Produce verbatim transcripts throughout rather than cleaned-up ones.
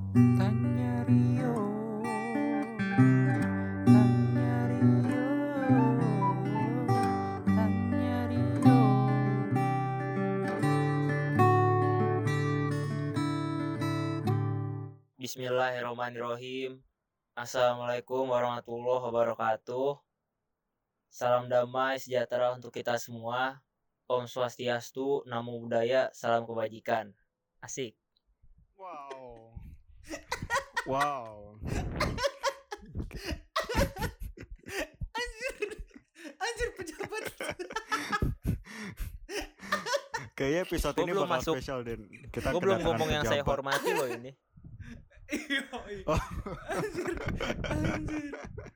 Tanya Rio, tanya Rio, tanya Rio. Bismillahirrahmanirrahim. Assalamualaikum warahmatullahi wabarakatuh. Salam damai sejahtera untuk kita semua. Om Swastiastu, Namo Buddhaya, salam kebajikan. Asik. Wow. Wow. Anjir, anjir pejabat. Kayaknya episode Gua ini belum bakal masuk. spesial Den. Kita Gue belum kedatangan ngomong yang saya pejabat. hormati loh ini. Iya, iya. Oh. Anjir, anjir.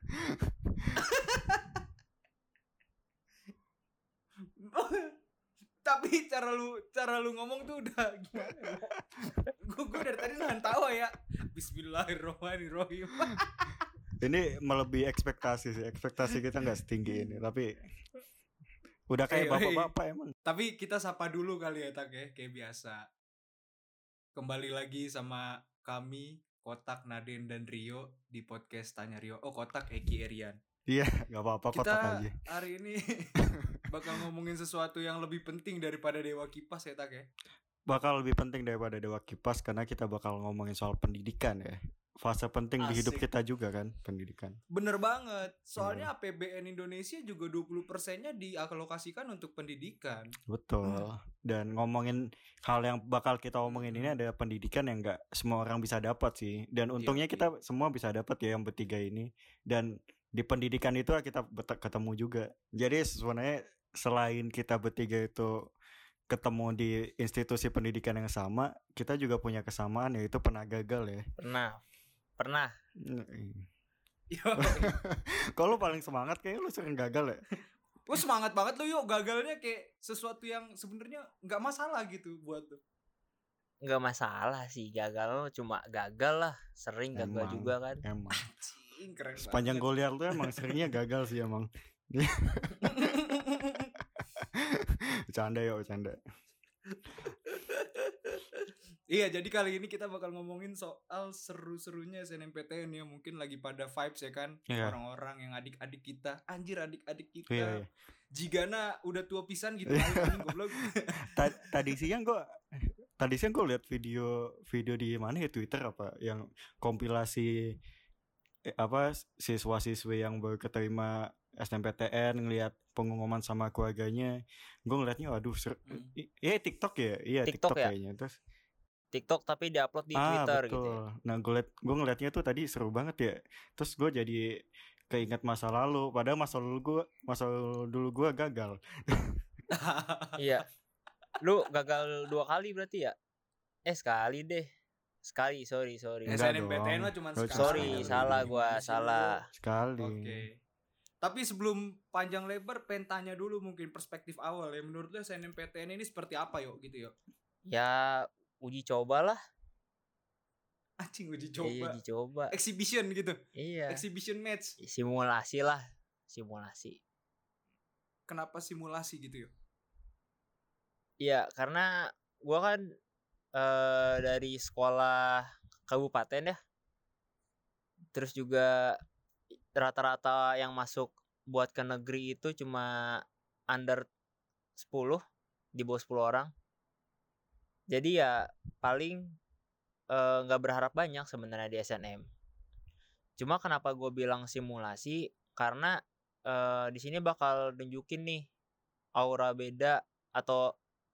Tapi cara lu cara lu ngomong tuh udah gimana? Gue gue dari tadi nahan tawa ya. Bismillahirrahmanirrahim. Ini melebihi ekspektasi sih. Ekspektasi kita nggak setinggi ini, tapi udah kayak Eh, bapak-bapak emang. Tapi kita sapa dulu kali ya Tak ya, kayak biasa. Kembali lagi sama kami Kotak, Naden dan Rio di podcast Tanya Rio. Oh, Kotak Eki Erian. Iya, nggak apa-apa kotak Kita aja. hari ini bakal ngomongin sesuatu yang lebih penting daripada Dewa Kipas ya Tak ya. Bakal lebih penting daripada Dewa Kipas karena kita bakal ngomongin soal pendidikan ya. Fase penting di hidup Asik. kita juga kan, pendidikan. Bener banget. Soalnya A P B N Indonesia juga dua puluh persennya dialokasikan untuk pendidikan. Betul. Dan ngomongin hal yang bakal kita omongin ini ada pendidikan yang nggak semua orang bisa dapat sih. Dan untungnya Iya, kita semua bisa dapat ya yang bertiga ini. Dan di pendidikan itu kita bet- ketemu juga. Jadi sebenarnya selain kita bertiga itu ketemu di institusi pendidikan yang sama, kita juga punya kesamaan yaitu pernah gagal ya. Pernah, pernah. Yo, Kalau lu paling semangat kayaknya lu sering gagal ya. lu semangat banget lu yuk, gagalnya kayak sesuatu yang sebenarnya nggak masalah gitu buat lu. Nggak masalah sih gagal, cuma gagal lah. Sering gagal Emang, juga kan. Emang. Cing, keren Sepanjang banget. gue lihat tuh emang seringnya gagal sih emang. Bercanda ya, bercanda. Iya, jadi kali ini kita bakal ngomongin soal seru-serunya S N M P T N ya. Mungkin lagi pada vibes ya kan. Iya. Orang-orang yang adik-adik kita. Anjir, adik-adik kita. Iya, iya. Jigana udah tua pisan gitu kan. Anjing, goblok. Ta- Tadi siang gue Tadi siang gue lihat video video di mana ya, Twitter apa yang kompilasi eh, apa siswa-siswi yang baru keterima S N M P T N ngelihat pengumuman sama keluarganya. Gue ngeliatnya waduh ser- Hmm. i- iya TikTok ya, iya TikTok TikTok, ya? kayaknya. Terus TikTok tapi diupload di ah Twitter betul. gitu ya. Nah gue liat gue ngeliatnya tuh tadi seru banget ya. Terus gue jadi keinget masa lalu. Padahal masa lalu gue masa lalu dulu gue gagal. Iya. Lu gagal dua kali berarti ya? Eh sekali deh. Sekali, sorry, sorry. S Enggak N M P T N dong. mah cuma Oh, sekali. Sorry, sekali. salah gua, Gimana sih salah. lu? Sekali. Oke. Tapi sebelum panjang lebar, pengen tanya dulu mungkin perspektif awal ya. Menurut lu S N M P T N ini seperti apa yuk gitu yuk? Ya uji coba lah. Anjing, uji Iya, coba. uji coba. Exhibition gitu. Iya. Exhibition match. Simulasi lah, simulasi. Kenapa simulasi gitu yuk? Iya, karena gua kan eh, dari sekolah kabupaten ya. Terus juga rata-rata yang masuk buat ke negeri itu cuma under sepuluh, di bawah sepuluh orang. Jadi ya paling nggak uh, berharap banyak sebenarnya di S N M. Cuma kenapa gue bilang simulasi? Karena uh, di sini bakal nunjukin nih aura beda atau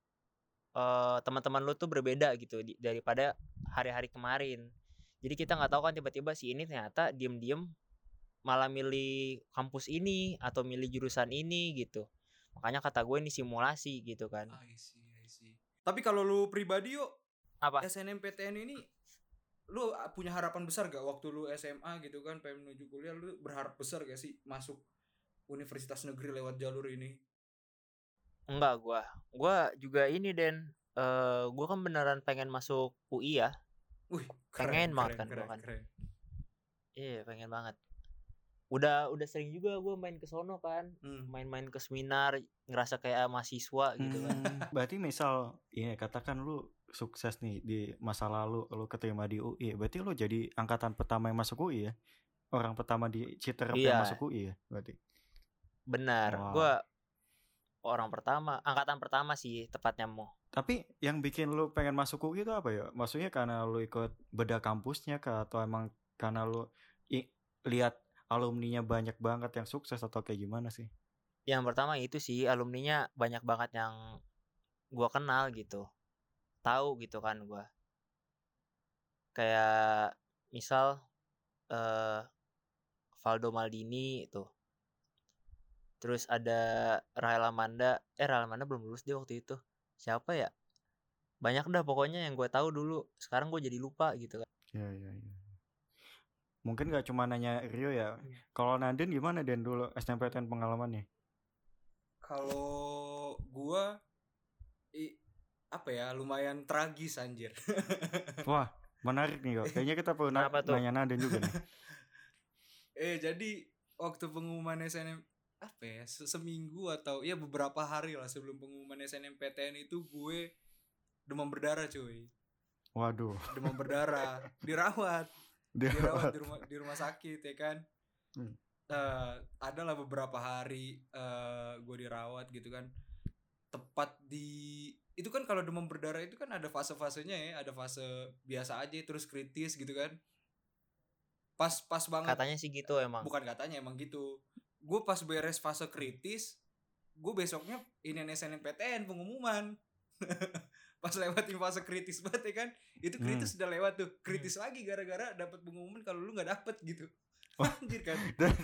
uh, teman-teman lu tuh berbeda gitu di, daripada hari-hari kemarin. Jadi kita nggak tahu kan tiba-tiba si ini ternyata diem-diem malah milih kampus ini atau milih jurusan ini gitu. Makanya kata gue ini simulasi gitu kan. I see, I see. Tapi kalau lu pribadi yuk, apa? S N M P T N ini lu punya harapan besar gak waktu lu S M A gitu kan pengen menuju kuliah, lu berharap besar gak sih masuk universitas negeri lewat jalur ini? Enggak, gua gua juga ini Den uh, gua kan beneran pengen masuk U I ya. Wih, pengen keren, banget keren, kan keren, gua kan. Keren. Iya, pengen banget. Udah udah sering juga gua main ke sono kan. Hmm. Main-main ke seminar, ngerasa kayak mahasiswa gitu kan. Hmm, berarti misal ya katakan lu sukses nih di masa lalu lu keterima di U I, berarti lu jadi angkatan pertama yang masuk U I ya? Orang pertama di Citerep yang Iya. masuk U I ya berarti? Benar. Wow. Gua orang pertama, angkatan pertama sih tepatnya mau. Tapi yang bikin lu pengen masuk U I itu apa ya? Maksudnya karena lu ikut beda kampusnya kah, atau emang karena lu i- lihat alumninya banyak banget yang sukses, atau kayak gimana sih? Yang pertama itu sih alumninya banyak banget yang gua kenal gitu. Tahu gitu kan gua. Kayak misal eh Valdo Maldini itu. Terus ada Rahel Amanda. Eh Rahel Amanda belum lulus dia waktu itu. Siapa ya? Banyak dah pokoknya yang gue tahu dulu. Sekarang gue jadi lupa gitu kan. Ya, ya, ya. Mungkin gak cuma nanya Rio ya. Kalau Nanden gimana Den dulu S N M P T N pengalamannya? Kalau gua i, apa ya, lumayan tragis anjir. Wah, menarik nih kok. Kayaknya kita perlu na- Kenapa tuh? nanya Nanden juga nih. eh jadi waktu pengumuman S N M apa ya, se- seminggu atau ya beberapa hari lah sebelum pengumuman S N M P T N itu gue demam berdarah cuy. Waduh. Demam berdarah, dirawat, Dia dirawat di rumah di rumah sakit ya kan. Hmm. Eh, adalah beberapa hari eh, gue dirawat gitu kan. Tepat di itu kan, kalau demam berdarah itu kan ada fase-fasenya ya, ada fase biasa aja terus kritis gitu kan. Pas pas banget. Katanya sih gitu emang. Bukan katanya, emang gitu. Gue pas beres fase kritis, gue besoknya ini S N M P T N pengumuman. Pas lewatin fase kritis banget ya kan, itu kritis Hmm. udah lewat tuh, kritis lagi gara-gara dapat pengumuman kalau lu nggak dapet gitu. Wah. Anjir kan.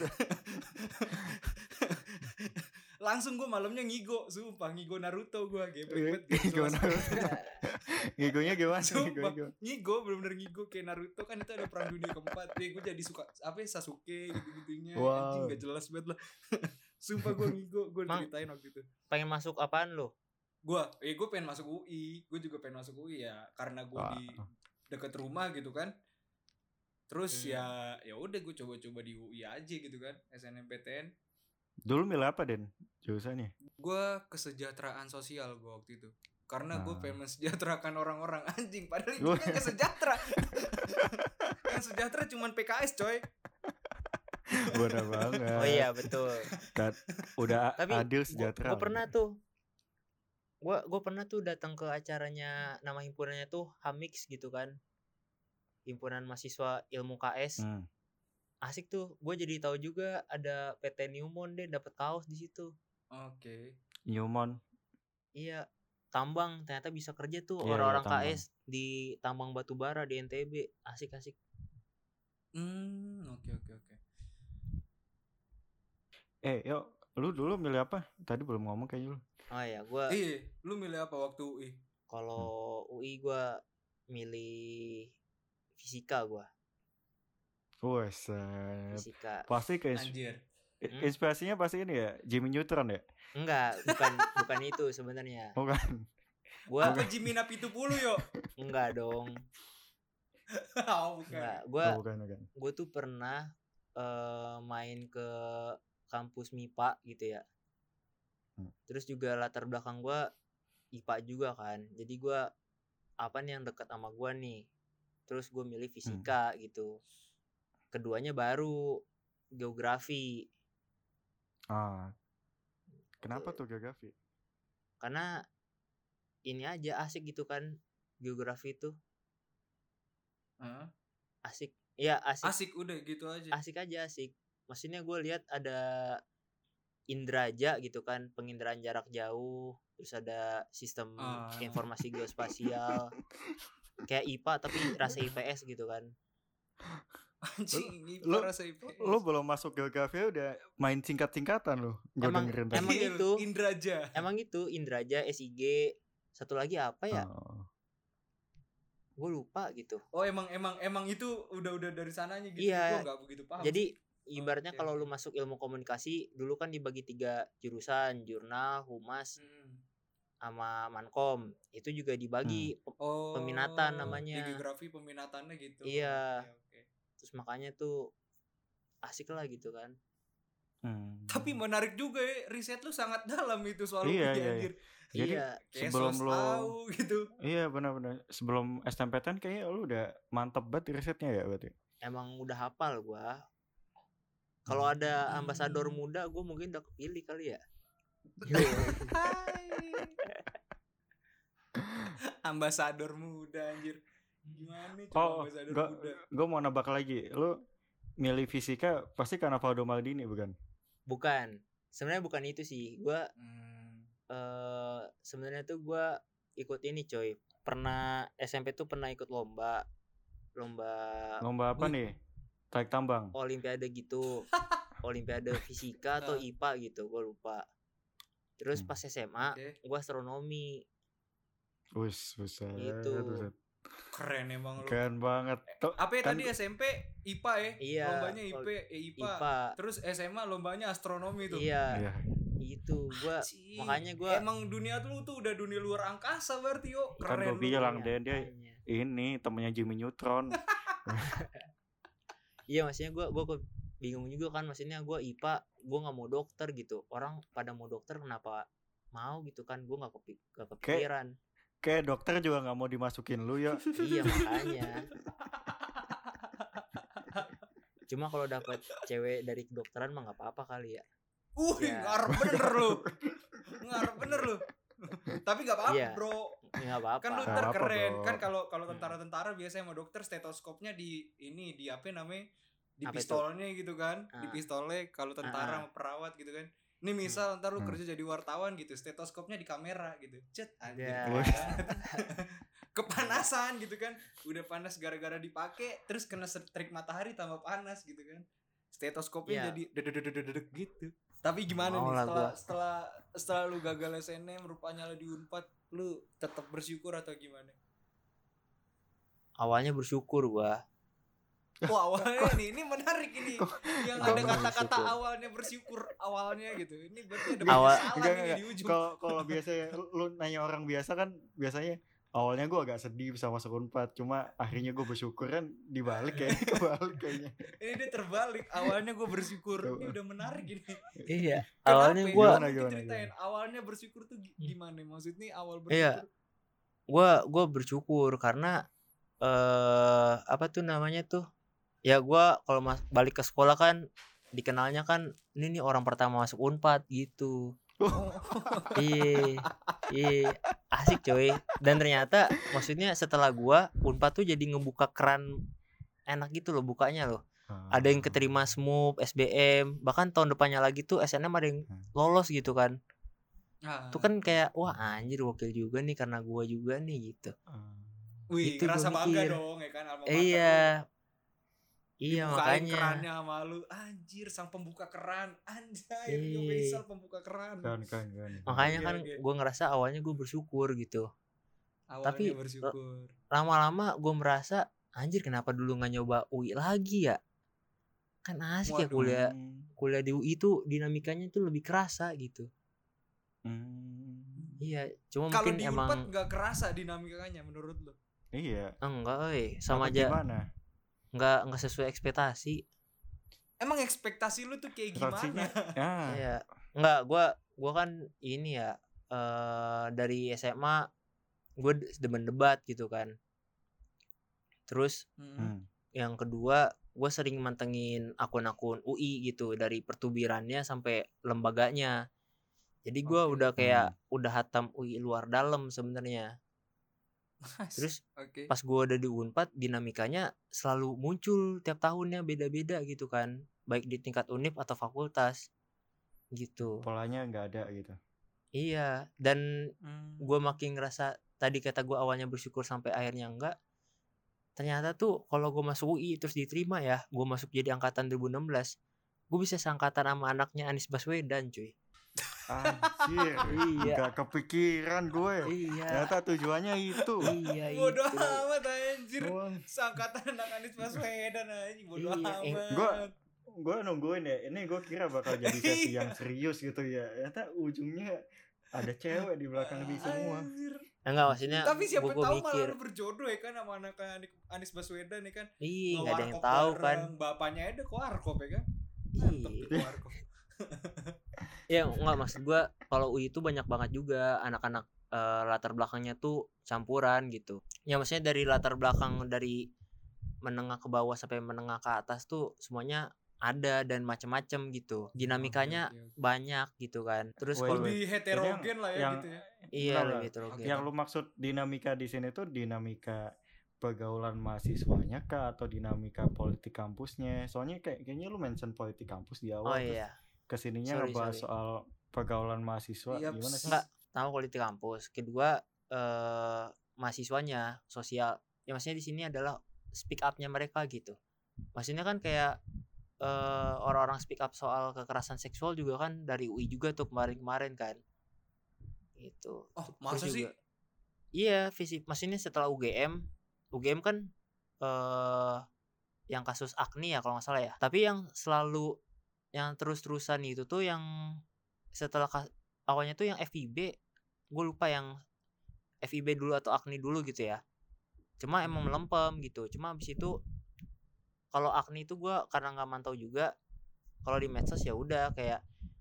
Langsung gue malamnya ngigo, sumpah ngigo Naruto gue, geblek banget. Ngigo Naruto. Ngigonya gimana? Sumpah, Ngigonya gimana? ngigo bener-bener ngigo kayak Naruto kan, itu ada perang dunia keempat. Ya gue jadi suka apa ya, Sasuke gitu-gitunya. Wow. Anjing gak jelas banget lah. Sumpah gue ngigo, gue Mang- ceritain waktu itu. Pengen masuk apaan lu? Gue, eh gue pengen masuk U I, gue juga pengen masuk U I ya, karena gue Wah. di deket rumah gitu kan. Terus Hmm. ya ya udah gue coba-coba di U I aja gitu kan, S N M P T N. Dulu milih apa Den jurusannya? Gue kesejahteraan sosial gue waktu itu, karena gue Ah. pengen mensejahterakan orang-orang. Anjing, padahal itu Lu- kan gak sejahtera. Yang sejahtera cuman P K S coy. Bodoh banget. Oh iya betul. Dan udah Tapi adil Gue sejahtera. pernah tuh. Gue gue pernah tuh datang ke acaranya, nama himpunannya tuh Hamix gitu kan. Himpunan Mahasiswa Ilmu K S. Hmm. Asik tuh. Gue jadi tahu juga ada P T Newmont deh, dapat kaos di situ. Oke. Newmont. Iya, tambang ternyata bisa kerja tuh Iya, orang-orang iya, tambang. K S di tambang batu bara di N T B. Asik-asik. Hmm, oke oke oke. Eh, yuk, lu dulu milih apa? Tadi belum ngomong kayaknya lu. Oh ya, gue Eh, lu milih apa waktu U I? kalau U I gue milih fisika gue. Buset. Fisika. Pasti ke Anjir. Hmm? inspirasinya pasti ini ya, Jimmy Neutron ya? Enggak, bukan bukan itu sebenarnya. Bukan. Gue Apa Jimmy Napitu puluh yo? enggak dong. Oh, bukan. Enggak, gue Oh, bukan, bukan. gue tuh pernah eh, main ke kampus M I P A gitu ya. Hmm. Terus juga latar belakang gue I P A juga kan. Jadi gue apa nih yang dekat sama gue nih. Terus gue milih fisika gitu. Keduanya baru geografi. Ah. Kenapa tuh geografi? Karena ini aja asik gitu kan, geografi itu Hah? asik. Iya asik. Asik udah gitu aja. Asik aja asik. Maksudnya gue lihat ada indraja gitu kan, penginderaan jarak jauh, terus ada sistem Ah. informasi geospasial kayak I P A tapi rasa I P S gitu kan. Anjing, ini Lu- rasa I P S. Lu belum masuk geografi udah main singkat-singkatan lu. Gue Emang- dengerin tadi. emang Iya, gitu. Indraja. Emang itu indraja, S I G, satu lagi apa ya? Oh. Gue lupa gitu. Oh, emang emang emang itu udah udah dari sananya gitu. Iya. Gua enggak begitu paham. Jadi ibaratnya Oke, kalau oke. lu masuk ilmu komunikasi dulu kan dibagi tiga jurusan, jurnal, humas, Hmm. sama mankom. Itu juga dibagi. Pe- Oh, Peminatan di namanya. geografi peminatannya gitu. Iya. Oke, oke. Terus makanya tuh asik lah gitu kan. Hmm. Tapi menarik juga ya, riset lu sangat dalam itu soal Iya, U I iya, anjir. Jadi Iya. Kayak sebelum sos lo tahu gitu. Iya benar-benar sebelum S N M P T N kayaknya lu udah mantep banget risetnya ya berarti. Emang udah hafal gua. Kalau ada ambasador muda gua mungkin udah kepilih kali ya. Yo. Ambasador muda anjir. Gimana coba Oh, ambasador gua muda? gua mau nebak lagi. Lu milih fisika pasti karena Valdo Maldini bukan? Bukan. Sebenarnya bukan itu sih. Gua Hmm. eh sebenarnya tuh gua ikut ini coy. Pernah S M P tuh pernah ikut lomba. Lomba Lomba apa Wih. nih? Tarik tambang. olimpiade gitu. Olimpiade fisika atau I P A gitu, gua lupa. Terus Hmm. pas S M A Oke. gua astronomi Wus, buset. gitu. buset. Keren emang lu. Keren banget. Tuh, Apa ya kan- tadi S M P I P A ya? Iya, Lombanya I P, ol- eh, I P A. I P A. Terus S M A lombanya astronomi tuh. Iya, Iya. itu gua Anjing. makanya gua emang dunia lu tuh udah dunia luar angkasa berarti yo. Kan Keren gua lu. bilang Iya, deh dia makanya. ini temennya Jimmy Neutron. Iya, maksudnya gua gua kok bingung juga kan, maksudnya gua I P A, gua nggak mau dokter gitu. Orang pada mau dokter kenapa mau gitu kan? Gua nggak kepi gak kepikiran. Kayak dokter juga nggak mau dimasukin lu ya. Iya, makanya. Cuma kalau dapat cewek dari kedokteran mah nggak apa-apa kali ya. Wih, Ya. ngarep bener lu. Ngarep bener lu. Tapi gak apa-apa, Iya. Bro. Nggak apa-apa. Kan lu Nggak ntar apa-apa, keren. Bro. Kan kalau kalau tentara-tentara biasanya sama dokter stetoskopnya di ini di apa namanya? Di Apa itu? pistolnya gitu kan. Di Ah. pistolnya kalau tentara Ah. sama perawat gitu kan. Ini misal ntar lu Hmm. kerja jadi wartawan gitu, stetoskopnya di kamera gitu. Cet anjir. Ya. keren banget. Kepanasan gitu kan. Udah panas gara-gara dipakai, terus kena terik matahari tambah panas gitu kan. Stetoskopnya Iya. jadi dedek-dedek gitu. Tapi gimana Mau nih lah setelah gua. setelah setelah lu gagal S N M rupanya lu di Unpad, lu tetap bersyukur atau gimana? Awalnya bersyukur gua. Wah, awalnya nih ini menarik ini. Yang kok ada kata-kata bersyukur? awalnya bersyukur awalnya gitu. Ini berarti ada Awal- banyak salah Enggak, nih enggak. di ujung. Kalau kalau biasanya lu nanya orang biasa kan biasanya awalnya gue agak sedih bisa masuk Unpad, cuma akhirnya gue bersyukur kan dibalik kayaknya kebalik kayaknya. Ini dia terbalik. Awalnya gue bersyukur. Tuh. Ini udah menarik ini. Iya. Kenapa Awalnya ya? gua Gimana, Mungkin gimana, ceritain awalnya bersyukur tuh gi- gimana? Maksudnya awal Iya. bersyukur. gua gua bersyukur karena eh apa tuh namanya tuh, ya gua kalau mas balik ke sekolah kan dikenalnya kan ini nih orang pertama masuk Unpad gitu. Iya, iya, asik coy. Dan ternyata maksudnya setelah gua Unpad tuh jadi ngebuka keran enak gitu loh bukanya loh. Ada yang keterima S M U P, S B M, bahkan tahun depannya lagi tuh S N M ada yang lolos gitu kan. Ah. Tuh kan kayak wah anjir gokil juga nih karena gua juga nih gitu. Wih, itu ngerasa gua bangga mikir. dong ya kan alma mater Iya. lu. Iya Dibukain makanya. kerannya sama lu. Anjir, sang pembuka keran. Anjay, Rio Iya. Faisal pembuka keran. Kan kan kan. Makanya Oke, kan oke. gue ngerasa awalnya gue bersyukur gitu. Awalnya Tapi, bersyukur. Lama-lama gue merasa anjir kenapa dulu nggak nyoba U I lagi ya? Kan asik ya Waduh. kuliah kuliah di U I tuh dinamikanya tuh lebih kerasa gitu. Hmm. Iya, cuma Kalau mungkin di emang Unpad nggak kerasa dinamikanya menurut lu? Iya. enggak, eh sama Apa aja Gimana? nggak nggak sesuai ekspektasi. Emang ekspektasi lu tuh kayak Reaksinya? gimana? Ya. Iya, enggak gue gua kan ini ya eh dari S M A gue demen debat gitu kan. Terus Hmm. Hmm. yang kedua gue sering mantengin akun-akun U I gitu dari pertubirannya sampai lembaganya. Jadi gue Oke. udah kayak udah hatam U I luar dalam sebenarnya. Terus Oke. pas gue udah di Unpad dinamikanya selalu muncul tiap tahunnya beda-beda gitu kan, baik di tingkat univ atau fakultas gitu. Polanya nggak ada gitu. Iya, dan Hmm. gue makin ngerasa tadi kata gue awalnya bersyukur sampai akhirnya enggak. Ternyata tuh kalau gue masuk U I terus diterima ya, gue masuk jadi angkatan dua ribu enam belas, gue bisa seangkatan sama anaknya Anies Baswedan cuy. Anjir. Iya. Gak kepikiran gue. Iya. Ternyata tujuannya itu. Iya Bodoh itu. amat anjir. Wah. Seangkatan anak Anies Baswedan anjing. Bodoh Iya, eh, amat. gua- Gue nungguin ya. Ini gue kira bakal jadi sesi yang serius gitu ya. Ternyata ujungnya ada cewek di belakang di semua. Anjir. Enggak maksudnya Tapi siapa gua- gua tahu mikir. malah lu berjodoh ya kan sama anak Ani- Anies Baswedan ya kan. Iya, enggak ada yang Ngewarkop tahu bareng. kan. Bapaknya ada ke warkop ya kan. Mantep Iya. tuh ke warkop. Ya enggak, maksud gua kalau U I itu banyak banget juga anak-anak uh, latar belakangnya tuh campuran gitu. Ya maksudnya dari latar belakang dari menengah ke bawah sampai menengah ke atas tuh semuanya ada dan macam-macam gitu. Dinamikanya Oke, oke, oke. banyak gitu kan. Terus Wait, kalau Lebih wait. heterogen Jadi yang- lah ya yang- gitu ya. iya Bentar, lebih bentar. heterogen. Yang lu maksud dinamika di sini tuh dinamika pergaulan mahasiswanya kah atau dinamika politik kampusnya? Soalnya kayak kayaknya lu mention politik kampus di awal Oh terus iya. kesininya Sorry, ngebahas sorry. soal pergaulan mahasiswa Iya, gimana sih? Enggak, tahu politik kampus. Kedua eh mahasiswanya, sosial. Ya maksudnya di sini adalah speak up-nya mereka gitu. Maksudnya kan kayak eh orang-orang speak up soal kekerasan seksual juga kan dari U I juga tuh kemarin-kemarin kan. Gitu. Oh, Terus masa sih? juga- Iya, visi maksudnya setelah U G M, U G M kan eh yang kasus Agni ya kalau nggak salah ya. Tapi yang selalu yang terus-terusan itu tuh yang setelah kas- awalnya tuh yang F I B, gue lupa yang F I B dulu atau Agni dulu gitu ya. Cuma emang Hmm. melempem gitu. Cuma abis itu kalau Agni itu gue karena nggak mantau juga. Kalau di medsos ya udah kayak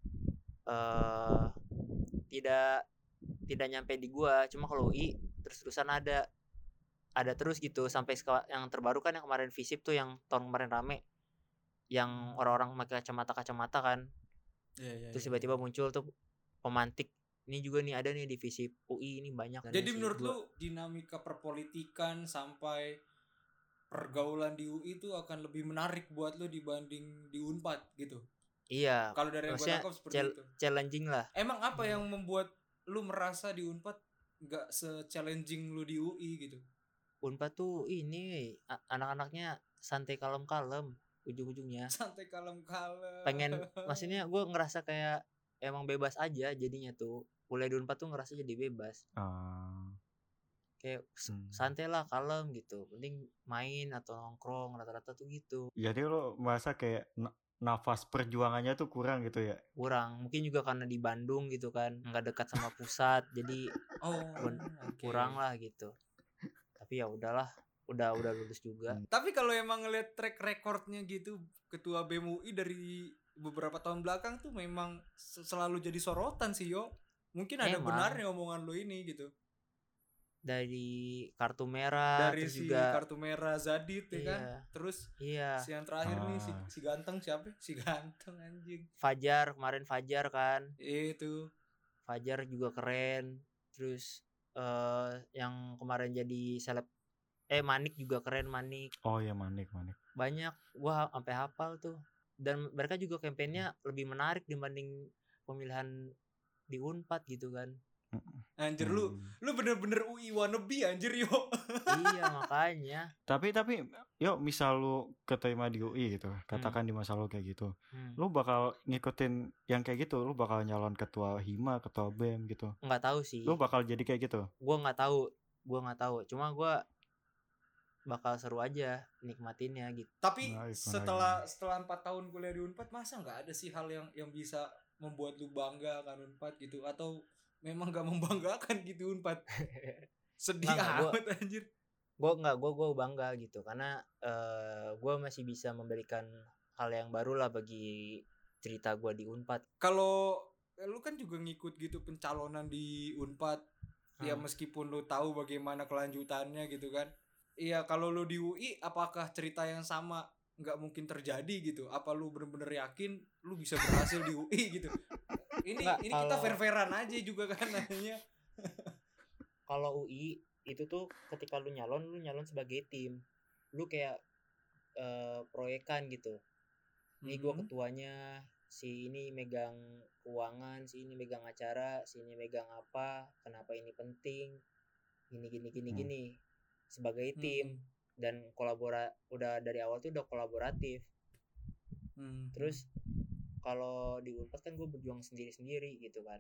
eh tidak tidak nyampe di gua. Cuma kalau U I terus-terusan ada ada terus gitu sampai seka- yang terbaru kan yang kemarin Visip tuh yang tahun kemarin rame yang orang-orang pakai kacamata-kacamata kan. Iya, iya, Terus iya. tiba-tiba muncul tuh pemantik ini juga nih ada nih di Visip U I ini banyak. Jadi sih, menurut gua- lu dinamika perpolitikan sampai pergaulan di U I itu akan lebih menarik buat lu dibanding di Unpad gitu. iya Kalau dari yang gue maksudnya tangkap seperti chal- itu. challenging lah. Emang apa Iya. yang membuat lu merasa di Unpad nggak se-challenging lu di U I gitu? Unpad tuh ini a- anak-anaknya santai kalem-kalem ujung-ujungnya. Santai kalem-kalem. Pengen maksudnya gue ngerasa kayak emang bebas aja jadinya tuh. Kuliah di Unpad tuh ngerasa jadi bebas. Ah, Kayak s- hmm. santai lah, kalem gitu. Penting main atau nongkrong rata-rata tuh gitu. Jadi lo merasa kayak na- nafas perjuangannya tuh kurang gitu ya? Kurang. Mungkin juga karena di Bandung gitu kan, nggak dekat sama pusat, jadi Oh, Ben- oke. kurang lah gitu. Tapi ya udahlah, udah udah lulus juga. Tapi kalau emang ngeliat track recordnya gitu, ketua B M U I dari beberapa tahun belakang tuh memang se- selalu jadi sorotan sih yo. Mungkin ada Emang. benarnya omongan lo ini gitu. Dari kartu merah, Dari terus si juga kartu merah Zadit ya kan. iya, Terus iya. si yang terakhir nih si, Ah. si ganteng siapa? Si ganteng anjing. Fajar kemarin Fajar kan. Itu. Fajar juga keren. Terus eh yang kemarin jadi seleb eh Manik juga keren, Manik. Oh ya Manik Manik. Banyak gua sampai hafal tuh. Dan mereka juga kampanyenya lebih menarik dibanding pemilihan di Unpad gitu kan. Anjir lu Hmm. lu bener-bener U I wannabe anjir yo. Iya makanya. Tapi tapi yuk misal lu keterima di U I gitu, katakan di masa lu kayak gitu, Hmm. lu bakal ngikutin yang kayak gitu, lu bakal nyalon ketua Hima, ketua B E M gitu, Nggak tahu sih. lu bakal jadi kayak gitu. Gua nggak tahu. Gua nggak tahu. Cuma gua bakal seru aja nikmatinnya gitu. Tapi Menarik, setelah setelah empat tahun kuliah di Unpad masa nggak ada sih hal yang yang bisa membuat lu bangga kan Unpad gitu atau memang gak membanggakan gitu Unpad? Sedih Nggak, nggak, gua- amat anjir. Gue nggak, gue gue bangga gitu karena eh gue masih bisa memberikan hal yang baru lah bagi cerita gue di Unpad. Kalau eh, lu kan juga ngikut gitu pencalonan di Unpad. Ya Hmm. meskipun lu tahu bagaimana kelanjutannya gitu kan. Iya kalau lu di U I apakah cerita yang sama nggak mungkin terjadi gitu? Apa lu bener-bener yakin lu bisa berhasil di U I gitu? Ini Nggak, ini kita kalau- fair-fairan aja juga kan namanya. Kalau U I itu tuh ketika lu nyalon, lu nyalon sebagai tim. Lu kayak eh proyekan gitu. Ini gue Mhm. ketuanya, si ini megang keuangan, si ini megang acara, si ini megang apa, kenapa ini penting, gini gini gini Hmm. gini sebagai tim. Hmm. Dan kolabora udah dari awal tuh udah kolaboratif. Hmm. Terus kalau di Unpad kan gue berjuang sendiri-sendiri gitu kan.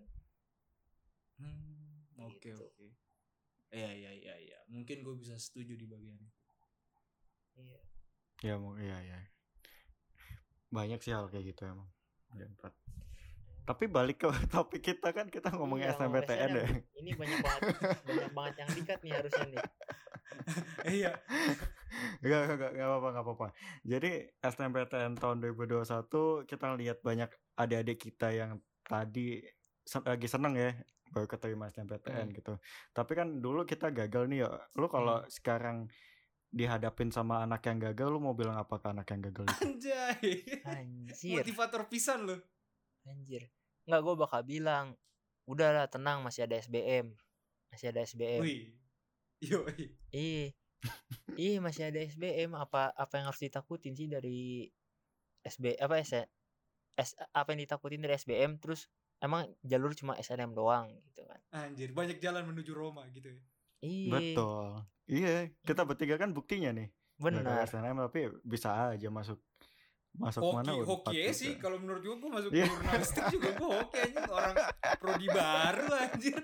Hmm, oke Gitu. oke. Iya iya iya iya. Mungkin gue bisa setuju di bagian itu. Iya. Ya mau iya ya. Banyak sih hal kayak gitu emang. Di Unpad. Tapi balik ke topik kita kan kita ngomongin Iya, S M P T N ngomong ya. Ini banyak banget banyak banget yang dikat nih harusnya nih. Iya. Enggak, enggak, enggak apa-apa, enggak apa-apa. Jadi S N M P T N tahun dua ribu dua puluh satu kita lihat banyak adik-adik kita yang tadi sen- lagi seneng ya baru keterima S N M P T N Hmm. gitu. Tapi kan dulu kita gagal nih ya. Lu kalau Hmm. sekarang dihadapin sama anak yang gagal, lu mau bilang apa ke anak yang gagal itu? Anjay. Anjir, Motivator pisan lu. anjir. Enggak, gue bakal bilang, udahlah tenang, masih ada S B M. Masih ada S B M. Wih. Yo. Ih. Ih, masih ada S B M. Apa apa yang harus ditakutin sih dari S B apa S, S apa yang ditakutin dari S B M, terus emang jalur cuma S N M doang gitu kan. Anjir, banyak jalan menuju Roma gitu ya. Iya. Betul. Iya, kita bertiga kan buktinya nih. Nggak ke Benar. S N M tapi bisa aja masuk masuk Hoki, mana Unpad hoki ya gitu. sih. Kalau menurut gua, gua masuk Iya. jurnalistik juga gua hoki anjing. Orang prodi baru anjir.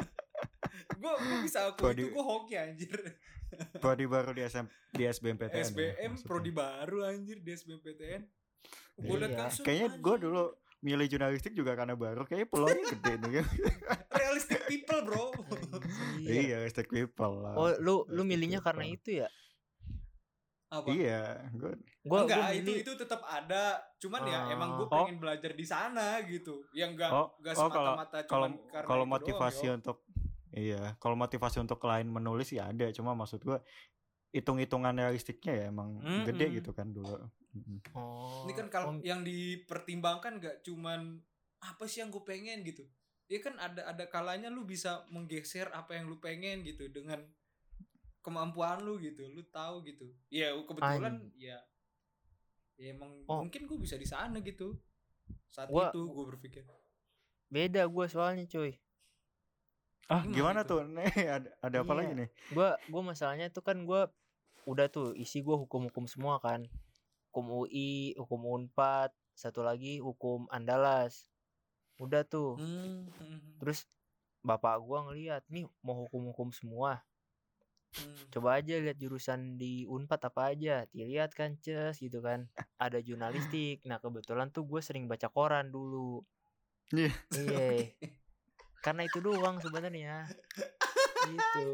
Gua gua bisa aku Prodi- itu gua hoki anjir. Prodi baru di S M di S B M P T N. S B ya, M maksudnya. prodi baru anjir di S B M P T N. Gua liat Iya. langsung, Kayaknya gue anjing. dulu milih jurnalistik juga karena baru. Kayaknya peluangnya gede nih kan. Realistic people, bro. Anjir. Iya, realistic people lah. Oh, lu lu Realistic milihnya people. karena itu ya? Apa? Iya, gue Gua enggak, gua itu milih itu tetap ada. Cuman ya Ah. emang gue Oh. pengen belajar di sana gitu. Yang enggak Oh, enggak oh, kalau- semata-mata kalau cuman karena kalau itu motivasi doang, yo. untuk iya, kalau motivasi untuk lain menulis ya ada, cuma maksud gue hitung-hitungan realistiknya ya emang Mm-mm. gede gitu kan dulu. Mm-mm. Oh. Ini kan kalau oh, yang dipertimbangkan enggak cuman apa sih yang gue pengen gitu. Ya kan ada ada kalanya lu bisa menggeser apa yang lu pengen gitu dengan kemampuan lu gitu. Lu tahu gitu. Ya kebetulan An- ya ya emang Oh. mungkin gue bisa di sana gitu. Saat Gua- itu gue berpikir. beda gua soalnya cuy. Ah, Gimana gimana, tuh? tuh? Nih ada ada apa Iya. lagi nih? Gua gua masalahnya tuh kan gua udah tuh isi gua hukum-hukum semua kan. Hukum U I, hukum Unpad, satu lagi hukum Andalas. Udah tuh. Hmm, hmm, Terus bapak gua ngeliat, nih mau hukum-hukum semua. hmm. Coba aja lihat jurusan di Unpad apa aja. Dilihat kan ces gitu kan. Ada jurnalistik. Nah, kebetulan tuh gue sering baca koran dulu. Iya. Iya. Karena itu doang sebenarnya. Gitu.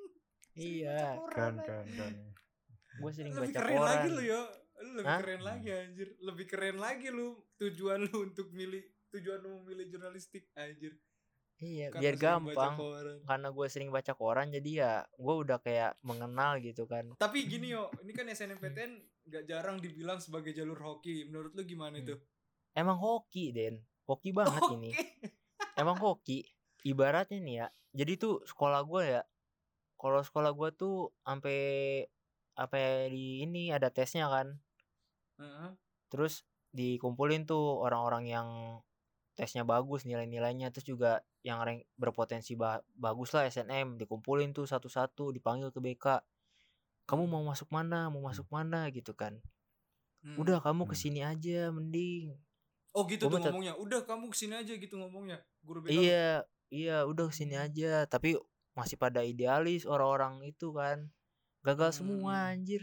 Iya. Kan kan kan. Gue sering Lebih baca keren koran. lagi lu yo. Lu lebih Hah? keren lagi anjir. Lebih keren lagi lu tujuan lu untuk milih tujuan lu memilih jurnalistik anjir. Iya, Karena biar sering baca gampang. koran. Karena gue sering baca koran jadi ya gue udah kayak mengenal gitu kan. Tapi gini yo, ini kan S N M P T N gak jarang dibilang sebagai jalur hoki. Menurut lu gimana Hmm. itu? Emang hoki, Den. Hoki banget Oke. ini. Emang hoki. Ibaratnya nih ya. Jadi tuh sekolah gue ya. Kalau sekolah gue tuh sampai apa ya, di ini ada tesnya kan. Heeh. Terus dikumpulin tuh orang-orang yang tesnya bagus nilai-nilainya, terus juga yang rank berpotensi ba- bagus lah S N M, dikumpulin tuh satu-satu, dipanggil ke B K. Kamu mau masuk mana? Mau masuk mana gitu kan. Hmm. Udah kamu Hmm. kesini aja mending. Oh gitu tuh Gua mah tet- ngomongnya. Udah kamu kesini aja gitu ngomongnya. Guru B K. Iya, iya udah kesini aja. Tapi masih pada idealis orang-orang itu kan. Gagal Hmm. semua anjir.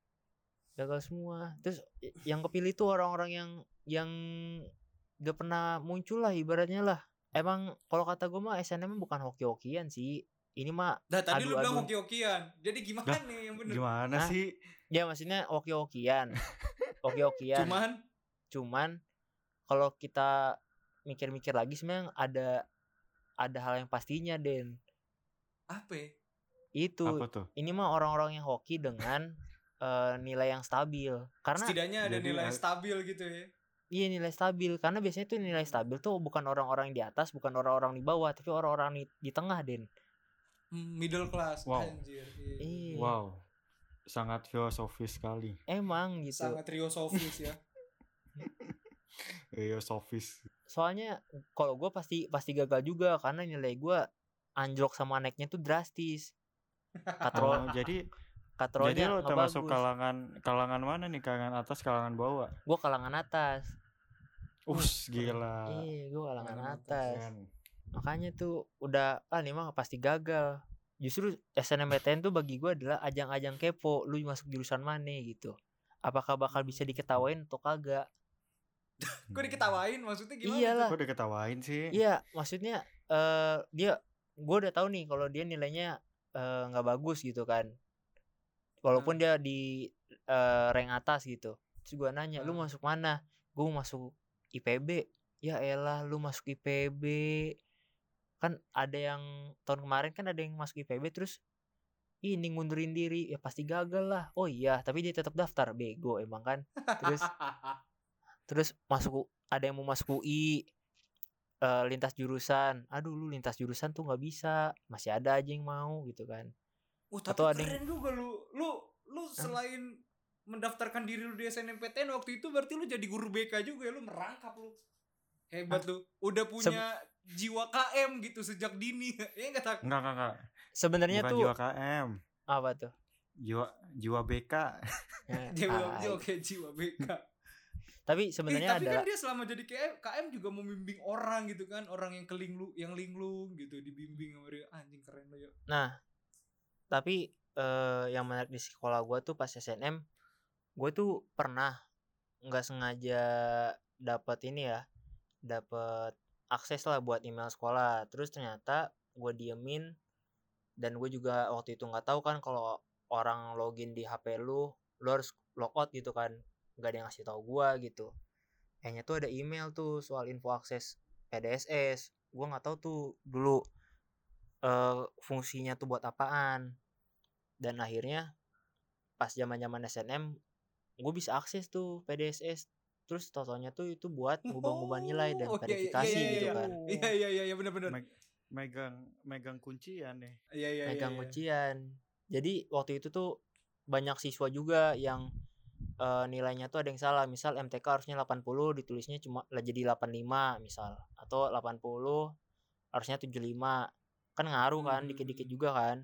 Gagal semua. Terus i- yang kepilih tuh orang-orang yang yang gak pernah muncul lah ibaratnya lah. Emang kalau kata gue mah S N M bukan hoki-hokian sih. Ini mah Dah tadi lu bilang adu-adu. hoki-hokian. Jadi gimana Dah, nih yang bener? Gimana Hah? sih? ya maksudnya hoki-hokian. Hoki-hokian. Cuman Cuman kalau kita mikir-mikir lagi sebenarnya ada ada hal yang pastinya, Den. apa ya? Itu Apa tuh? ini mah orang-orang yang hoki dengan eh, nilai yang stabil. Karena Setidaknya ada Jadi, nilai eh, stabil gitu ya. iya nilai stabil. Karena biasanya tuh nilai stabil tuh bukan orang-orang di atas, bukan orang-orang di bawah, tapi orang-orang di, di tengah, Den. Hmm, middle class. Wow. Anjir. Iya. Iya. Wow. Sangat filosofis sekali. Emang gitu. Sangat filosofis ya. Filosofis. Soalnya kalau gue pasti pasti gagal juga karena nilai gue anjlok sama naiknya tuh drastis. Katro Oh, jadi jadi katrolnya lo nggak termasuk bagus. kalangan kalangan mana nih? Kalangan atas, kalangan bawah? Gue kalangan atas. Us, gila. Iya, gue kalangan Kalangan atas. Keren. Makanya tuh udah ah ini mah pasti gagal. Justru S N M P T N tuh bagi gue adalah ajang-ajang kepo. Lu masuk jurusan mana gitu. Apakah bakal bisa diketawain atau kagak? Kok diketawain? Maksudnya gimana? Iyalah. Kok udah ketawain sih? Iya, maksudnya eh dia gue udah tahu nih kalau dia nilainya eh, nggak bagus gitu kan. walaupun Hmm. dia di uh, rank atas gitu. Terus gue nanya, lu Hmm. masuk mana? Gue masuk I P B. Ya elah, lu masuk I P B. Kan ada yang tahun kemarin kan ada yang masuk I P B terus ini ngundurin diri, ya pasti gagal lah. Oh iya, tapi dia tetap daftar, bego emang kan. Terus terus masuk U- ada yang mau masuk U I, eh, lintas jurusan. Aduh, lu lintas jurusan tuh nggak bisa, masih ada aja yang mau gitu kan. Oh tapi Atau ada yang keren juga lu. Lu lu selain mendaftarkan diri lu di S N M P T N waktu itu berarti lu jadi guru B K juga ya, lu merangkap lu. Hebat lu. Udah punya jiwa K M gitu sejak dini. Ya enggak tak? Enggak, enggak, enggak. sebenarnya Bukan tuh jiwa K M. apa tuh? Jiwa jiwa B K. Ya, Jiwa ah, jiwa kayak jiwa B K. tapi Eh, sebenarnya tapi ada kan dia selama jadi K M, K M juga membimbing orang gitu kan, orang yang kelinglung, yang linglung gitu dibimbing sama dia. Anjing keren lo ya. Nah, tapi eh, yang menarik di sekolah gue tuh pas S N M, gue tuh pernah nggak sengaja dapat ini ya, dapat akses lah buat email sekolah. Terus ternyata gue diemin, dan gue juga waktu itu nggak tahu kan kalau orang login di H P lu, lu harus logout gitu kan, nggak ada yang ngasih tahu gue gitu. Kayaknya tuh ada email tuh soal info akses P D S S. Gue nggak tahu tuh dulu uh, fungsinya tuh buat apaan. Dan akhirnya pas zaman-zaman S N M gue bisa akses tuh P D S S. Terus totalnya tuh itu buat ngubah-ngubah nilai dan Oh, iya, iya, verifikasi iya, iya, gitu iya. kan. Iya iya iya iya benar-benar. Meg- megang megang kuncian deh. Iya iya iya. Megang iya. kuncian. Jadi waktu itu tuh banyak siswa juga yang uh, nilainya tuh ada yang salah. Misal M T K harusnya delapan puluh, ditulisnya cuma lah jadi delapan puluh lima misal, atau delapan puluh harusnya tujuh puluh lima. Kan ngaruh kan, Hmm. dikit-dikit juga kan.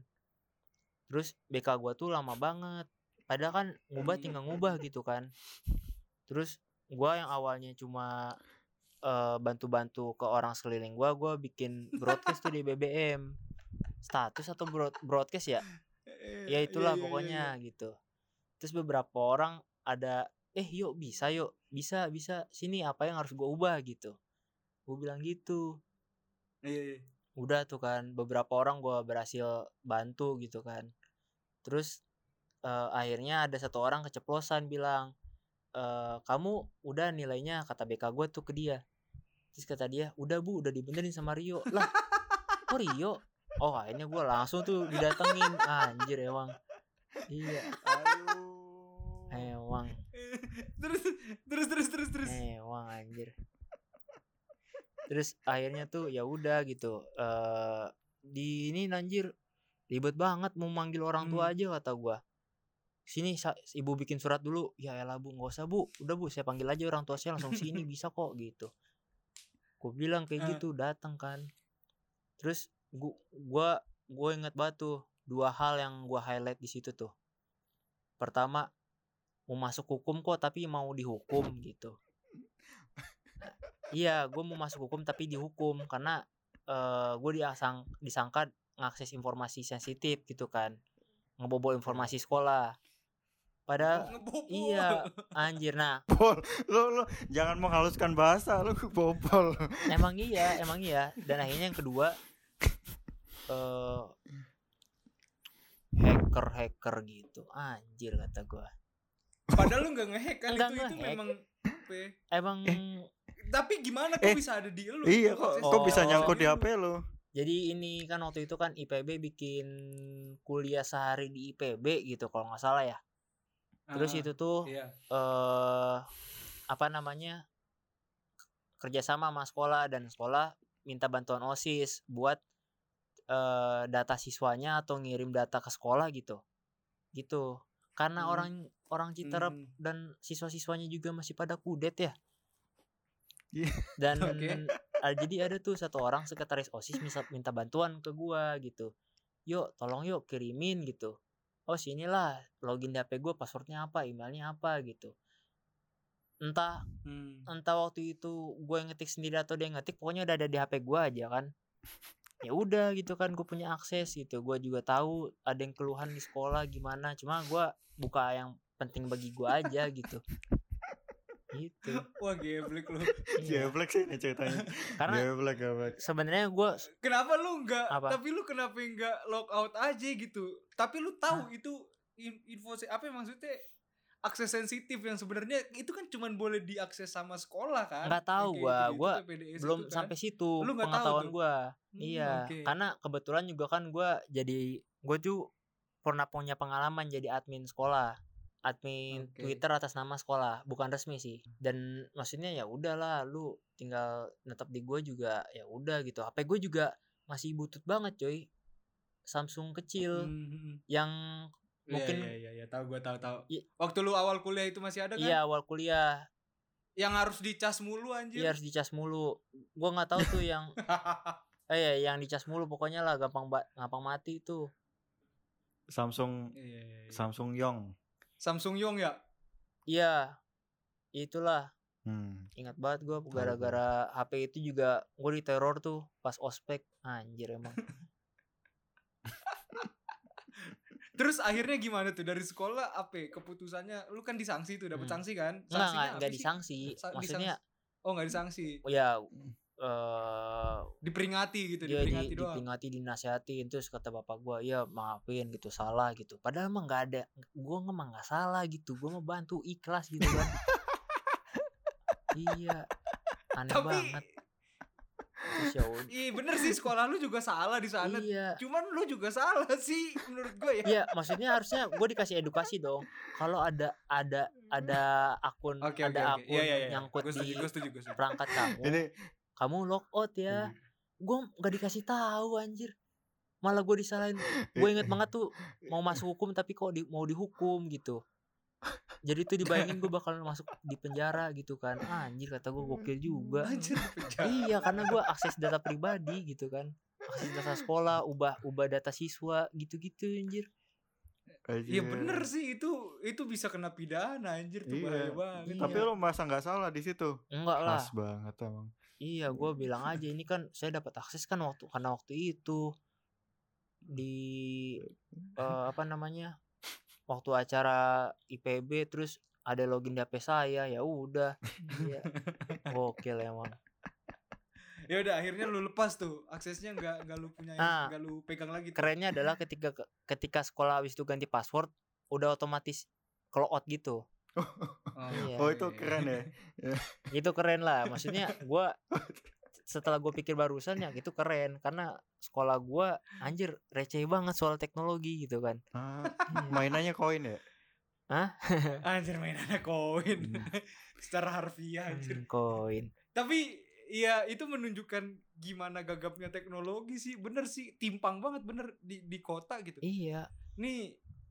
Terus B K gua tuh lama banget. Padahal kan ngubah tinggal ngubah gitu kan. Terus gua yang awalnya cuma uh, bantu-bantu ke orang sekeliling gua, gua bikin broadcast tuh di B B M. Status atau broad broadcast ya? Ya itulah Iya, iya, pokoknya iya, iya. gitu. Terus beberapa orang ada, eh yuk bisa yuk, bisa bisa sini apa yang harus gua ubah gitu. Gua bilang gitu. Iya, iya. Udah tuh kan beberapa orang gua berhasil bantu gitu kan. Terus uh, akhirnya ada satu orang keceplosan bilang, e, kamu udah nilainya, kata B K gue tuh ke dia. Terus kata dia, udah bu, udah dibenerin sama Rio. Lah, kok Rio? Oh akhirnya gue langsung tuh didatengin. Anjir emang. Iya. Aduh. Emang. terus terus terus terus terus. Emang anjir. Terus akhirnya tuh ya udah gitu. Uh, di ini anjir ribet banget mau manggil orang tua Hmm. aja kata gue. Sini sa- ibu bikin surat dulu. Ya elah bu, nggak usah bu, udah bu saya panggil aja orang tua saya langsung sini bisa kok gitu. Gue bilang kayak Ah. gitu, datang kan. Terus gua gua gue inget banget tuh dua hal yang gue highlight di situ tuh. Pertama, mau masuk hukum kok tapi mau dihukum gitu. Nah, iya, gue mau masuk hukum tapi dihukum karena uh, gue diasang disangka ngakses informasi sensitif gitu kan, ngebobol informasi sekolah. Padahal Ngebobol. iya anjir. Nah Bol, lu lu jangan menghaluskan bahasa, lu bobol. emang iya emang iya dan akhirnya yang kedua uh, hacker hacker gitu anjir kata gue. Padahal lu nggak ngehack kan, Enggak itu itu ngehack. memang apa ya? Emang Tapi gimana kok Eh, bisa ada di lu? Iya, kok Akses kok bisa Oh. nyangkut di lu. H P lu? jadi ini kan waktu itu kan I P B bikin kuliah sehari di I P B gitu kalau nggak salah ya. Terus Ah, itu tuh Iya. eh apa namanya, kerjasama sama sekolah, dan sekolah minta bantuan OSIS buat eh, data siswanya atau ngirim data ke sekolah gitu gitu karena Hmm. orang orang Citerep Hmm. dan siswa-siswanya juga masih pada kudet ya. Iya. Dan Oke. ah, jadi ada tuh satu orang sekretaris OSIS minta, minta bantuan ke gua gitu. Yuk tolong yuk kirimin gitu. Oh sinilah login di H P gue, passwordnya apa, emailnya apa gitu. Entah Hmm. entah waktu itu gue yang ngetik sendiri atau dia yang ngetik, pokoknya udah ada di H P gue aja kan. Ya udah gitu kan, gue punya akses gitu. Gue juga tahu ada yang keluhan di sekolah gimana, cuma gue buka yang penting bagi gue aja gitu. Gitu. Wah geblek lu. Iya. Geblek sih ini ceritanya. Karena Geblek, geblek. sebenarnya gue Kenapa lu nggak? Apa? Tapi lu kenapa nggak log out aja gitu? Tapi lu tahu itu in- info se- apa ya maksudnya akses sensitif yang sebenarnya itu kan cuman boleh diakses sama sekolah kan? Nggak tahu Yang kayak gua, gitu-gitu, gua P D S belum itu kan? sampai situ Lu nggak tahu pengetahuan tuh? gua. Hmm, Iya, oke. karena kebetulan juga kan gua jadi gua tuh pernah punya pengalaman jadi admin sekolah. Admin Oke. Twitter atas nama sekolah, bukan resmi sih. Dan maksudnya ya udahlah, lu tinggal netep di gua juga ya udah gitu. H P gua juga masih butut banget, coy. Samsung kecil Hmm. yang Iya, mungkin iya iya iya tahu gua tahu tahu. I- Waktu lu awal kuliah itu masih ada kan? iya awal kuliah, Yang harus dicas mulu anjir. iya harus dicas mulu. Gua nggak tahu tuh yang eh ya, yang dicas mulu pokoknya lah, gampang ba- gampang mati itu. Samsung Iya, iya, iya. Samsung Yong. Samsung Yong ya? Iya, itulah. Hmm. Ingat banget gue Tahu, gara-gara H P itu juga gue diteror tuh pas ospek. Anjir emang. Terus akhirnya gimana tuh dari sekolah apa ya, keputusannya lu kan disangsi tuh dapat Hmm. sanksi kan? Enggak, Sanksinya enggak, apa enggak sih? disangsi. Sa- Maksudnya disangsi. Oh nggak disangsi, oh ya eh diperingati gitu, dia di, diperingati doang. diperingati, dinasihatin. Terus kata bapak gue, ya maafin gitu, salah gitu. Padahal emang nggak ada, gue emang nggak salah gitu. Gue mau bantu ikhlas gitu kan. Iya, aneh Tapi banget. Terus ya udah. iya bener sih sekolah lu juga salah di sana. Iya. Cuman lu juga salah sih menurut gue ya. Iya, maksudnya harusnya gue dikasih edukasi dong. Kalau ada ada ada akun Oke oke ada oke. akun Iya iya iya. nyangkut Gue setuju, di gue setuju, gue setuju. perangkat kamu, Ini kamu lock out ya. Gue nggak dikasih tahu anjir. Malah gue disalahin. Gue inget banget tuh mau masuk hukum tapi kok di, mau dihukum gitu. Jadi tuh dibayangin gue bakal masuk di penjara gitu kan. Ah, anjir kata gue gokil juga. Anjir di penjara. Iya, karena gue akses data pribadi gitu kan. Akses data sekolah, ubah ubah data siswa gitu-gitu anjir. Iya bener sih itu itu bisa kena pidana anjir tuh Iya. bahaya banget. Tapi Iya. lo masa nggak salah di situ. Enggak lah. Pas banget emang. Iya, gue bilang aja ini kan saya dapat akses kan waktu karena waktu itu di eh, apa namanya waktu acara I P B terus ada login di H P saya, ya udah. Iya. Gokil emang. Ya udah akhirnya lu lepas tuh aksesnya nggak nggak lu punya Nah, nggak lu pegang lagi tuh. Kerennya adalah ketika ketika sekolah habis itu ganti password udah otomatis call out gitu. Iya. Oh itu keren ya. Itu keren lah, maksudnya gue setelah gue pikir barusan ya itu keren karena sekolah gue anjir receh banget soal teknologi gitu kan. Ah, Iya. mainannya koin ya. Anjir mainannya koin. Hmm. Secara harfiah anjir. Hmm, koin. Tapi ya itu menunjukkan gimana gagapnya teknologi sih. Bener sih timpang banget bener di di kota gitu. Iya. Nih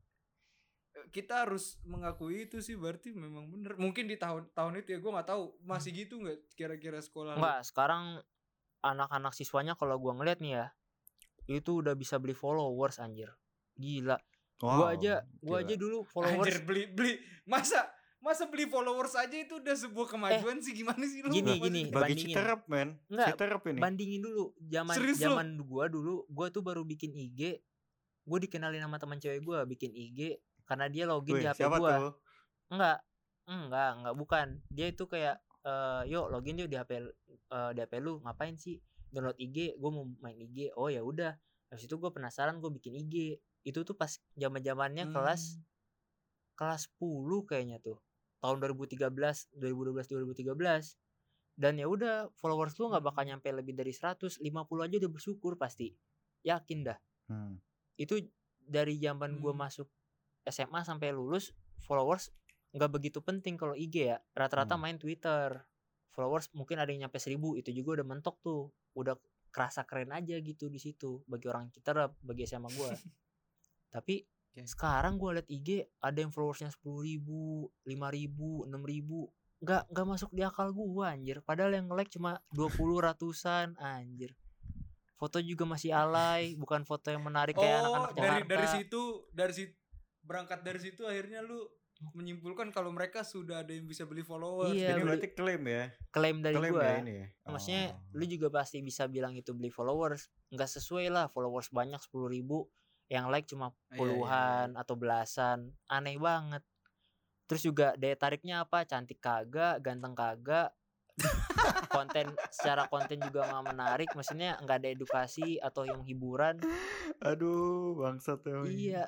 kita harus mengakui itu sih berarti memang bener. Mungkin di tahun-tahun itu ya gue nggak tahu masih gitu nggak kira-kira sekolah lu? Enggak, sekarang anak-anak siswanya kalau gua ngeliat nih ya itu udah bisa beli followers anjir. Gila. Gua aja gua gila. aja dulu followers Anjir beli beli masa masa beli followers aja itu udah sebuah kemajuan sih gimana sih lu? gini, Maksud- gini. Bagi bandingin. Citerep men. Enggak, Citerep ini. bandingin dulu zaman Serius lu? zaman gua dulu, gua tuh baru bikin I G. Gua dikenalin sama teman cewek gua bikin I G karena dia login Wih, di H P siapa gua. tuh? Enggak. Enggak, enggak bukan. Dia itu kayak eh yuk login yuk di H P eh, di H P lu, ngapain sih? Download I G, gua mau main I G. Oh ya udah. Habis itu gua penasaran, gua bikin I G. Itu tuh pas zaman-zamannya Hmm. kelas kelas sepuluh kayaknya tuh. Tahun dua ribu tiga belas, dua ribu dua belas, dua ribu tiga belas. Dan ya udah, followers lu nggak bakal nyampe lebih dari seratus, lima puluh aja udah bersyukur pasti. Yakin dah. Hmm. Itu dari zaman gua Hmm. masuk S M A sampai lulus, followers nggak begitu penting kalau I G ya. Rata-rata Hmm. main Twitter. Followers mungkin ada yang nyampe seribu, itu juga udah mentok tuh. Udah kerasa keren aja gitu di situ bagi orang Citerep, bagi S M A gua. Tapi Oke. sekarang gue liat I G ada yang followersnya sepuluh ribu, lima ribu, enam ribu. Gak, gak masuk di akal gue anjir. Padahal yang like cuma dua puluh ratusan anjir. Foto juga masih alay, bukan foto yang menarik kayak Oh, anak-anak dari Jakarta. dari situ dari situ berangkat dari situ akhirnya lu menyimpulkan kalau mereka sudah ada yang bisa beli followers. Iya, Ini beli- berarti klaim ya. Klaim dari Klaim gue. ya ini ya. Maksudnya Oh. lu juga pasti bisa bilang itu beli followers. Nggak sesuai lah, followers banyak sepuluh ribu, yang like cuma Iya, iya, puluhan atau belasan. Aneh banget. Terus juga daya tariknya apa? Cantik kagak, ganteng kagak. Konten secara konten juga nggak menarik. Maksudnya nggak ada edukasi atau yang hiburan. Aduh, bangsat emang. Iya.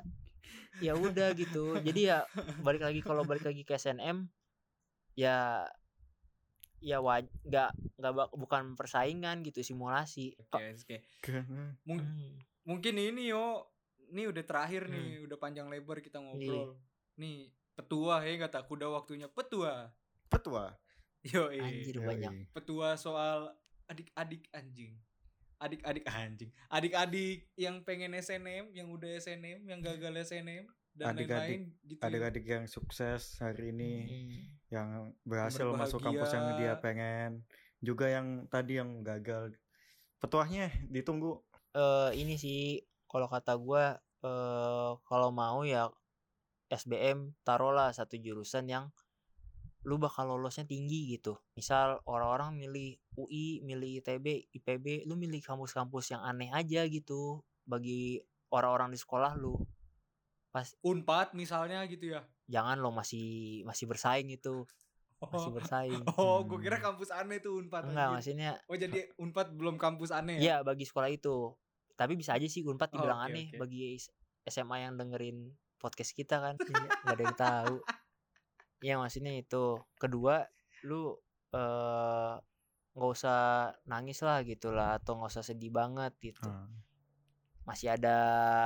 ya udah gitu. Jadi ya balik lagi kalau balik lagi ke S N M ya ya waj- nggak nggak bak- bukan persaingan gitu, simulasi. Oke, oke. Karena Mung- Hmm. mungkin ini yo, ini udah terakhir nih, Hmm. udah panjang lebar kita ngobrol. Nih, petua ya kata kuda waktunya petua. petua. Yo, Anjir Yoi. banyak. petua soal adik-adik anjing. Adik-adik anjing. Adik-adik yang pengen S N M, yang udah S N M, yang gagal S N M dan Adik-adik- lain-lain gitu. ya. Adik-adik yang sukses hari ini, Hmm. yang berhasil masuk berbahagia. kampus yang dia pengen, juga yang tadi yang gagal. Petuahnya ditunggu. Eh ini sih kalau kata gua eh kalau mau ya S B M taruhlah satu jurusan yang lu bakal lolosnya tinggi gitu. Misal orang-orang milih U I, milih I T B, I P B, lu milih kampus-kampus yang aneh aja gitu bagi orang-orang di sekolah lu. Pas Unpad misalnya gitu ya. jangan lo masih masih bersaing itu, masih Oh, bersaing. oh gue Hmm. kira kampus aneh tuh Unpad. Enggak, anjing. maksudnya Oh jadi Unpad belum kampus aneh ya? iya bagi sekolah itu. Tapi bisa aja sih Unpad Oh, dibilang oke, aneh oke. bagi S M A yang dengerin podcast kita kan. Nggak ada yang tahu. Iya maksudnya itu. Kedua, lu eh nggak usah nangis lah gitu lah, atau nggak usah sedih banget gitu. Ah. Masih ada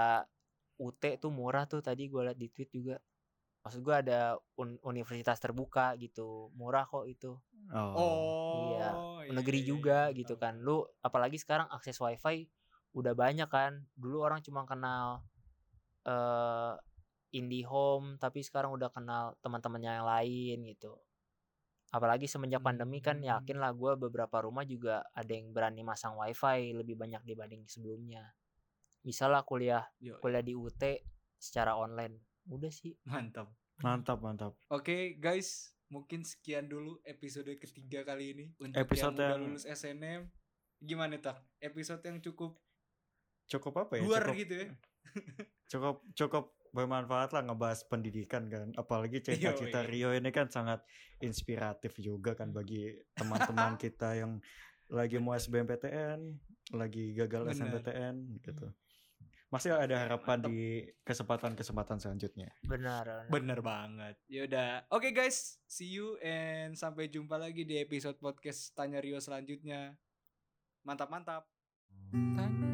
U T tuh murah tuh, tadi gue liat di tweet juga. Maksud gue ada un- universitas terbuka gitu, murah kok itu. Oh. Oh. Iya, iya, negeri iya, juga iya, gitu tahu, kan. tahu. Lu apalagi sekarang akses wifi udah banyak kan. Dulu orang cuma kenal eh IndiHome, tapi sekarang udah kenal teman-temannya yang lain gitu. Apalagi semenjak pandemi kan, Hmm. yakin lah gue beberapa rumah juga ada yang berani masang wifi lebih banyak dibanding sebelumnya. Misalnya kuliah Yo, kuliah di U T secara online, udah sih. mantap. Mantap, mantap. Oke guys, mungkin sekian dulu episode ketiga kali ini untuk Episode yang udah yang- lulus S N M. Gimana tak? Episode yang cukup Cukup apa ya? luar Cukup, gitu ya. cukup cukup bermanfaat lah ngebahas pendidikan kan. Apalagi cerita-cerita Yoi. Rio ini kan sangat inspiratif juga kan bagi teman-teman kita yang lagi mau S B M P T N, lagi gagal S N M P T N gitu. Masih ada harapan Mantap. di kesempatan-kesempatan selanjutnya. Benar. Bener banget. Yaudah. Oke guys, see you and sampai jumpa lagi di episode podcast Tanya Rio selanjutnya. Mantap-mantap. Tanya